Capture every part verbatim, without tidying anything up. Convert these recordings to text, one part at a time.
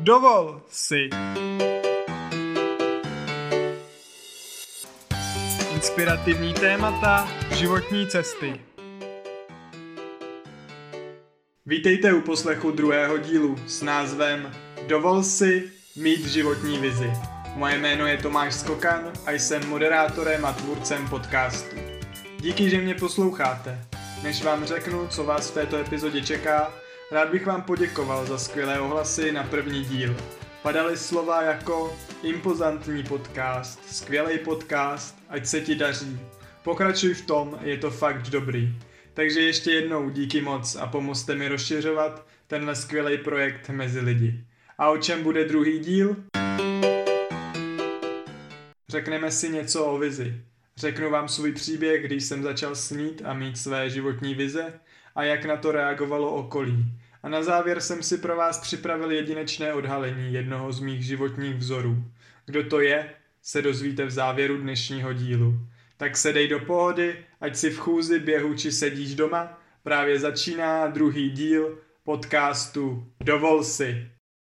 Dovol si. Inspirativní témata, životní cesty. Vítejte u poslechu druhého dílu s názvem Dovol si mít životní vizi. Moje jméno je Tomáš Skokan a jsem moderátorem a tvůrcem podcastu. Díky, že mě posloucháte. Než vám řeknu, co vás v této epizodě čeká, rád bych vám poděkoval za skvělé ohlasy na první díl. Padaly slova jako impozantní podcast, skvělý podcast, ať se ti daří. Pokračuj v tom, je to fakt dobrý. Takže ještě jednou díky moc a pomozte mi rozšiřovat tenhle skvělý projekt mezi lidi. A o čem bude druhý díl? Řekneme si něco o vizi. Řeknu vám svůj příběh, když jsem začal snít a mít své životní vize a jak na to reagovalo okolí. A na závěr jsem si pro vás připravil jedinečné odhalení jednoho z mých životních vzorů. Kdo to je, se dozvíte v závěru dnešního dílu. Tak sedej do pohody, ať si v chůzi, běhu či sedíš doma. Právě začíná druhý díl podcastu Dovol si.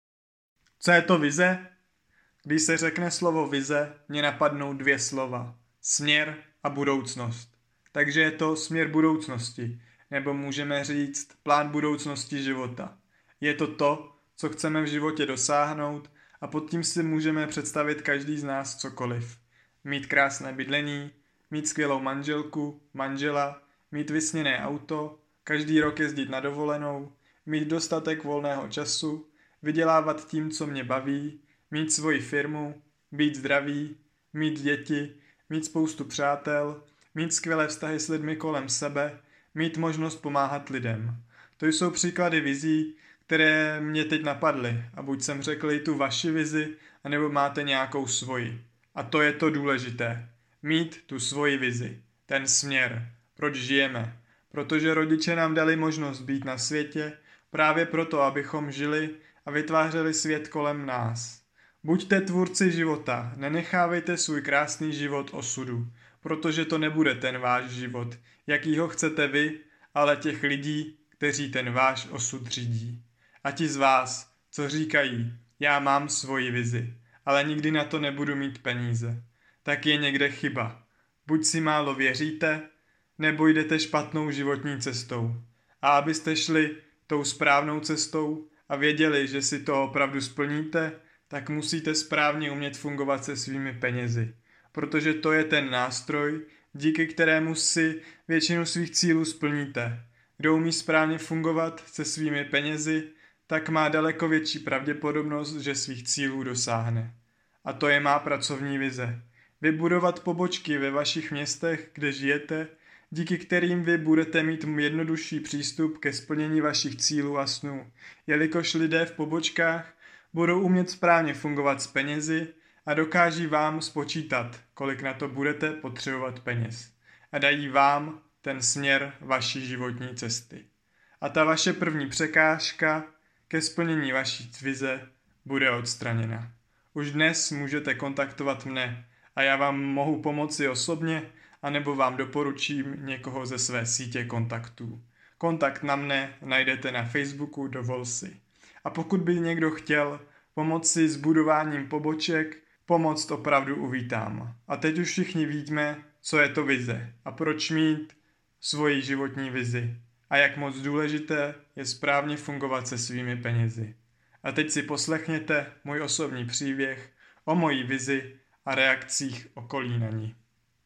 Co je to vize? Když se řekne slovo vize, mě napadnou dvě slova. Směr a budoucnost. Takže je to směr budoucnosti, nebo můžeme říct plán budoucnosti života. Je to to, co chceme v životě dosáhnout a pod tím si můžeme představit každý z nás cokoliv. Mít krásné bydlení, mít skvělou manželku, manžela, mít vysněné auto, každý rok jezdit na dovolenou, mít dostatek volného času, vydělávat tím, co mě baví, mít svoji firmu, být zdravý, mít děti, mít spoustu přátel, mít skvělé vztahy s lidmi kolem sebe, mít možnost pomáhat lidem. To jsou příklady vizí, které mě teď napadly a buď jsem řekl i tu vaši vizi, anebo máte nějakou svoji. A to je to důležité. Mít tu svoji vizi, ten směr, proč žijeme. Protože rodiče nám dali možnost být na světě právě proto, abychom žili a vytvářeli svět kolem nás. Buďte tvůrci života, nenechávejte svůj krásný život osudu, protože to nebude ten váš život, jaký ho chcete vy, ale těch lidí, kteří ten váš osud řídí. A ti z vás, co říkají, já mám svoji vizi, ale nikdy na to nebudu mít peníze, tak je někde chyba. Buď si málo věříte, nebo jdete špatnou životní cestou. A abyste šli tou správnou cestou a věděli, že si to opravdu splníte, tak musíte správně umět fungovat se svými penězi. Protože to je ten nástroj, díky kterému si většinu svých cílů splníte. Kdo umí správně fungovat se svými penězi, tak má daleko větší pravděpodobnost, že svých cílů dosáhne. A to je má pracovní vize. Vybudovat pobočky ve vašich městech, kde žijete, díky kterým vy budete mít jednodušší přístup ke splnění vašich cílů a snů. Jelikož lidé v pobočkách budou umět správně fungovat s penězi a dokáží vám spočítat, kolik na to budete potřebovat peněz. A dají vám ten směr vaší životní cesty. A ta vaše první překážka ke splnění vaší vize bude odstraněna. Už dnes můžete kontaktovat mne a já vám mohu pomoci osobně, anebo vám doporučím někoho ze své sítě kontaktů. Kontakt na mne najdete na Facebooku Dovol si. A pokud by někdo chtěl pomoci s budováním poboček, pomoc opravdu uvítám. A teď už všichni víme, co je to vize a proč mít svoji životní vizi a jak moc důležité je správně fungovat se svými penězi. A teď si poslechněte můj osobní příběh o mojí vizi a reakcích okolí na ní.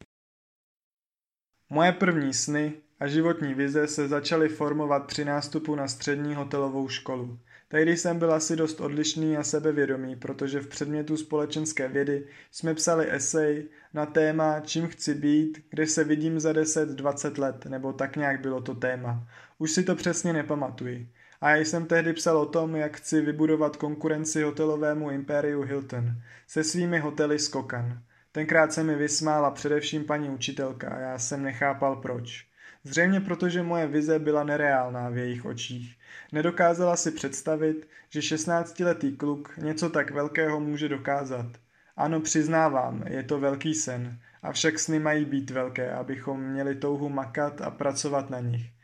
Moje první sny a životní vize se začaly formovat při nástupu na střední hotelovou školu. Tehdy jsem byl asi dost odlišný a sebevědomý, protože v předmětu společenské vědy jsme psali esej na téma čím chci být, kde se vidím za deset dvacet let, nebo tak nějak bylo to téma. Už si to přesně nepamatuji. A já jsem tehdy psal o tom, jak chci vybudovat konkurenci hotelovému impériu Hilton se svými hotely Skokan. Tenkrát se mi vysmála především paní učitelka a já jsem nechápal proč. Zřejmě protože moje vize byla nereálná v jejich očích. Nedokázala si představit, že šestnáctiletý kluk něco tak velkého může dokázat. Ano, přiznávám, je to velký sen, avšak sny mají být velké, abychom měli touhu makat a pracovat na nich.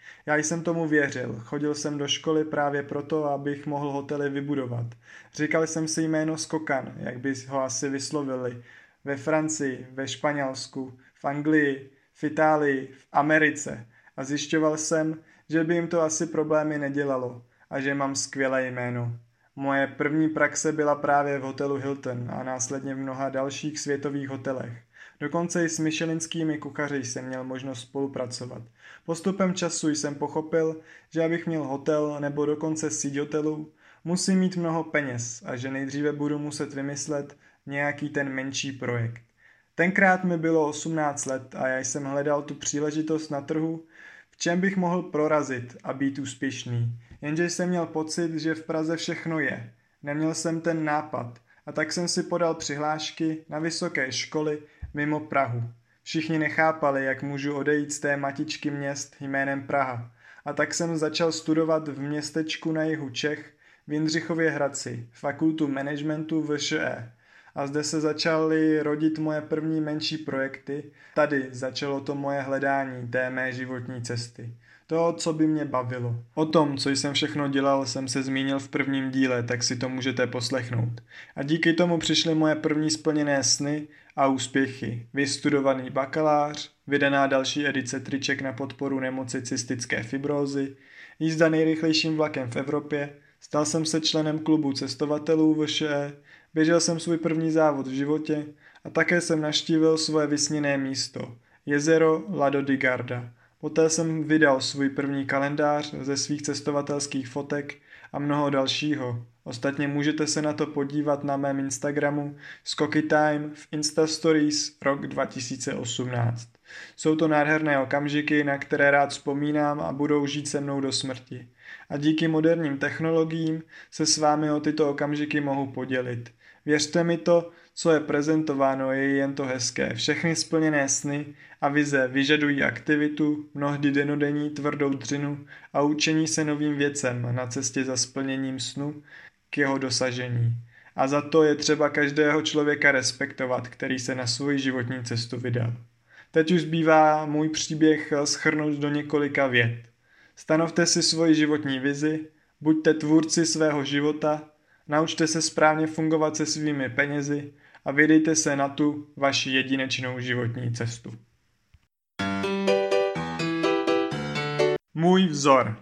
Já jsem tomu věřil, chodil jsem do školy právě proto, abych mohl hotely vybudovat. Říkal jsem si jméno Skokan, jak by ho asi vyslovili, ve Francii, ve Španělsku, v Anglii, v Itálii, v Americe a zjišťoval jsem, že by jim to asi problémy nedělalo a že mám skvělé jméno. Moje první praxe byla právě v hotelu Hilton a následně v mnoha dalších světových hotelech. Dokonce i s michelinskými kuchaři jsem měl možnost spolupracovat. Postupem času jsem pochopil, že abych měl hotel nebo dokonce síť hotelů, musím mít mnoho peněz a že nejdříve budu muset vymyslet nějaký ten menší projekt. Tenkrát mi bylo osmnáct let a já jsem hledal tu příležitost na trhu, v čem bych mohl prorazit a být úspěšný. Jenže jsem měl pocit, že v Praze všechno je. Neměl jsem ten nápad a tak jsem si podal přihlášky na vysoké školy mimo Prahu. Všichni nechápali, jak můžu odejít z té matičky měst jménem Praha. A tak jsem začal studovat v městečku na jihu Čech v Jindřichově Hradci, fakultu managementu V Š E. A zde se začaly rodit moje první menší projekty. Tady začalo to moje hledání té mé životní cesty. To, co by mě bavilo. O tom, co jsem všechno dělal, jsem se zmínil v prvním díle, tak si to můžete poslechnout. A díky tomu přišly moje první splněné sny a úspěchy. Vystudovaný bakalář, vydaná další edice triček na podporu nemoci cystické fibrózy, jízda nejrychlejším vlakem v Evropě, stal jsem se členem klubu cestovatelů V Š E, běžel jsem svůj první závod v životě a také jsem navštívil svoje vysněné místo, jezero Lado di Garda. Poté jsem vydal svůj první kalendář ze svých cestovatelských fotek a mnoho dalšího. Ostatně můžete se na to podívat na mém Instagramu Skoky Time v Insta Stories rok dva tisíce osmnáct. Jsou to nádherné okamžiky, na které rád vzpomínám a budou žít se mnou do smrti. A díky moderním technologiím se s vámi o tyto okamžiky mohu podělit. Věřte mi to, co je prezentováno, je jen to hezké. Všechny splněné sny a vize vyžadují aktivitu, mnohdy denodenní tvrdou dřinu a učení se novým věcem na cestě za splněním snu k jeho dosažení. A za to je třeba každého člověka respektovat, který se na svoji životní cestu vydal. Teď už zbývá můj příběh shrnout do několika vět. Stanovte si svoji životní vizi, buďte tvůrci svého života, naučte se správně fungovat se svými penězi a vydejte se na tu vaši jedinečnou životní cestu. Můj vzor.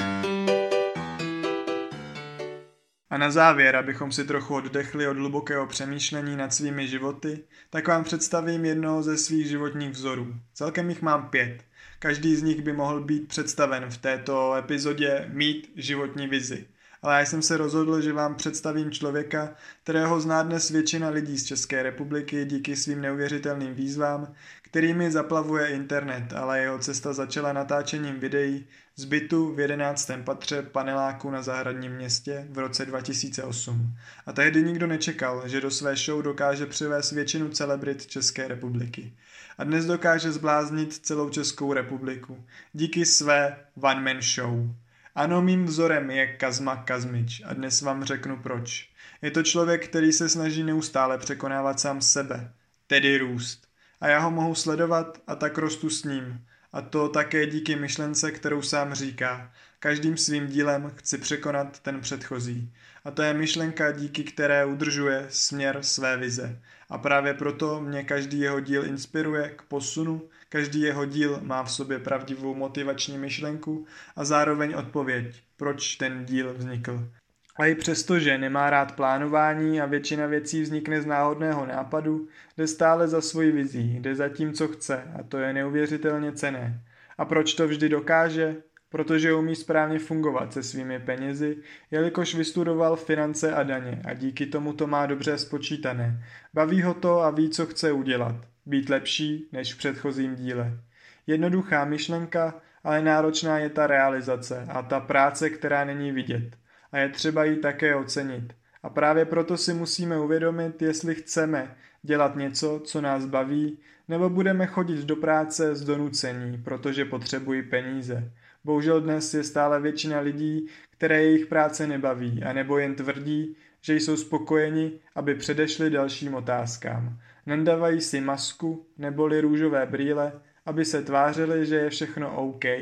A na závěr, abychom si trochu oddechli od hlubokého přemýšlení nad svými životy, tak vám představím jednoho ze svých životních vzorů. Celkem jich mám pět. Každý z nich by mohl být představen v této epizodě mít životní vizi. Ale já jsem se rozhodl, že vám představím člověka, kterého zná dnes většina lidí z České republiky díky svým neuvěřitelným výzvám, kterými zaplavuje internet, ale jeho cesta začala natáčením videí z bytu v jedenáctém patře paneláku na Zahradním městě v roce dva tisíce osm. A tehdy nikdo nečekal, že do své show dokáže přivést většinu celebrit České republiky. A dnes dokáže zbláznit celou Českou republiku díky své one-man show. Ano, mým vzorem je Kazma Kazmič a dnes vám řeknu proč. Je to člověk, který se snaží neustále překonávat sám sebe, tedy růst. A já ho mohu sledovat a tak rostu s ním. A to také díky myšlence, kterou sám říká. Každým svým dílem chci překonat ten předchozí. A to je myšlenka, díky které udržuje směr své vize. A právě proto mě každý jeho díl inspiruje k posunu, každý jeho díl má v sobě pravdivou motivační myšlenku a zároveň odpověď, proč ten díl vznikl. A i přesto, že nemá rád plánování a většina věcí vznikne z náhodného nápadu, jde stále za svojí vizí, jde za tím, co chce a to je neuvěřitelně cenné. A proč to vždy dokáže? Protože umí správně fungovat se svými penězi, jelikož vystudoval finance a daně a díky tomu to má dobře spočítané. Baví ho to a ví, co chce udělat. Být lepší než v předchozím díle. Jednoduchá myšlenka, ale náročná je ta realizace a ta práce, která není vidět. A je třeba ji také ocenit. A právě proto si musíme uvědomit, jestli chceme dělat něco, co nás baví, nebo budeme chodit do práce z donucení, protože potřebují peníze. Bohužel dnes je stále většina lidí, které jejich práce nebaví, anebo jen tvrdí, že jsou spokojeni, aby předešli dalším otázkám. Nandávají si masku neboli růžové brýle, aby se tvářili, že je všechno OK.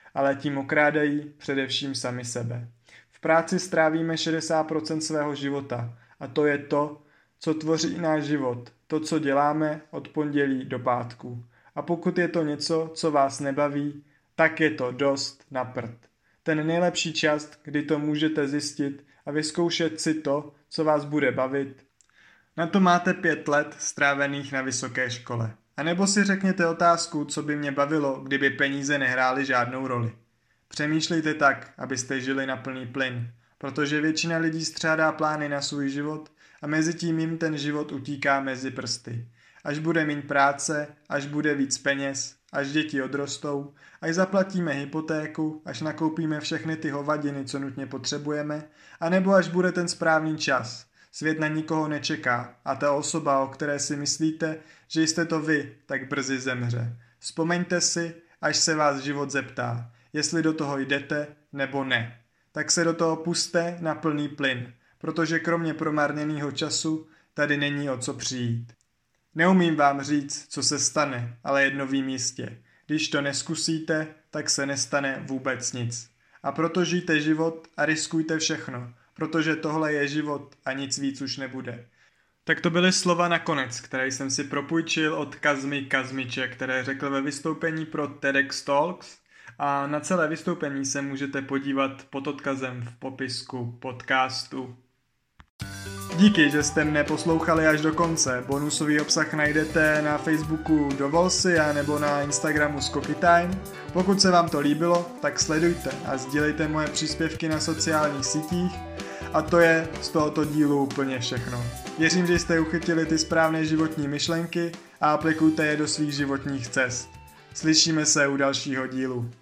ale tím okrádají především sami sebe. V práci strávíme šedesát procent svého života a to je to, co tvoří náš život, to, co děláme od pondělí do pátku. A pokud je to něco, co vás nebaví, tak je to dost na prd. Ten nejlepší čas, kdy to můžete zjistit a vyzkoušet si to, co vás bude bavit, na to máte pět let strávených na vysoké škole. A nebo si řekněte otázku, co by mě bavilo, kdyby peníze nehrály žádnou roli. Přemýšlejte tak, abyste žili na plný plyn, protože většina lidí střádá plány na svůj život a mezi tím jim ten život utíká mezi prsty. Až bude méně práce, až bude víc peněz, až děti odrostou, až zaplatíme hypotéku, až nakoupíme všechny ty hovadiny, co nutně potřebujeme, anebo až bude ten správný čas. Svět na nikoho nečeká a ta osoba, o které si myslíte, že jste to vy, tak brzy zemře. Vzpomeňte si, až se vás život zeptá, jestli do toho jdete nebo ne. Tak se do toho puste na plný plyn, protože kromě promarněného času tady není o co přijít. Neumím vám říct, co se stane, ale jedno vím jistě. Když to neskusíte, tak se nestane vůbec nic. A proto žijte život a riskujte všechno, protože tohle je život a nic víc už nebude. Tak to byly slova nakonec, které jsem si propůjčil od Kazmy Kazmiče, které řekl ve vystoupení pro TEDx Talks a na celé vystoupení se můžete podívat pod odkazem v popisku podcastu. Díky, že jste mne poslouchali až do konce. Bonusový obsah najdete na Facebooku Dovol si a nebo na Instagramu Skoky Time. Pokud se vám to líbilo, tak sledujte a sdílejte moje příspěvky na sociálních sítích. A to je z tohoto dílu úplně všechno. Věřím, že jste uchytili ty správné životní myšlenky a aplikujte je do svých životních cest. Slyšíme se u dalšího dílu.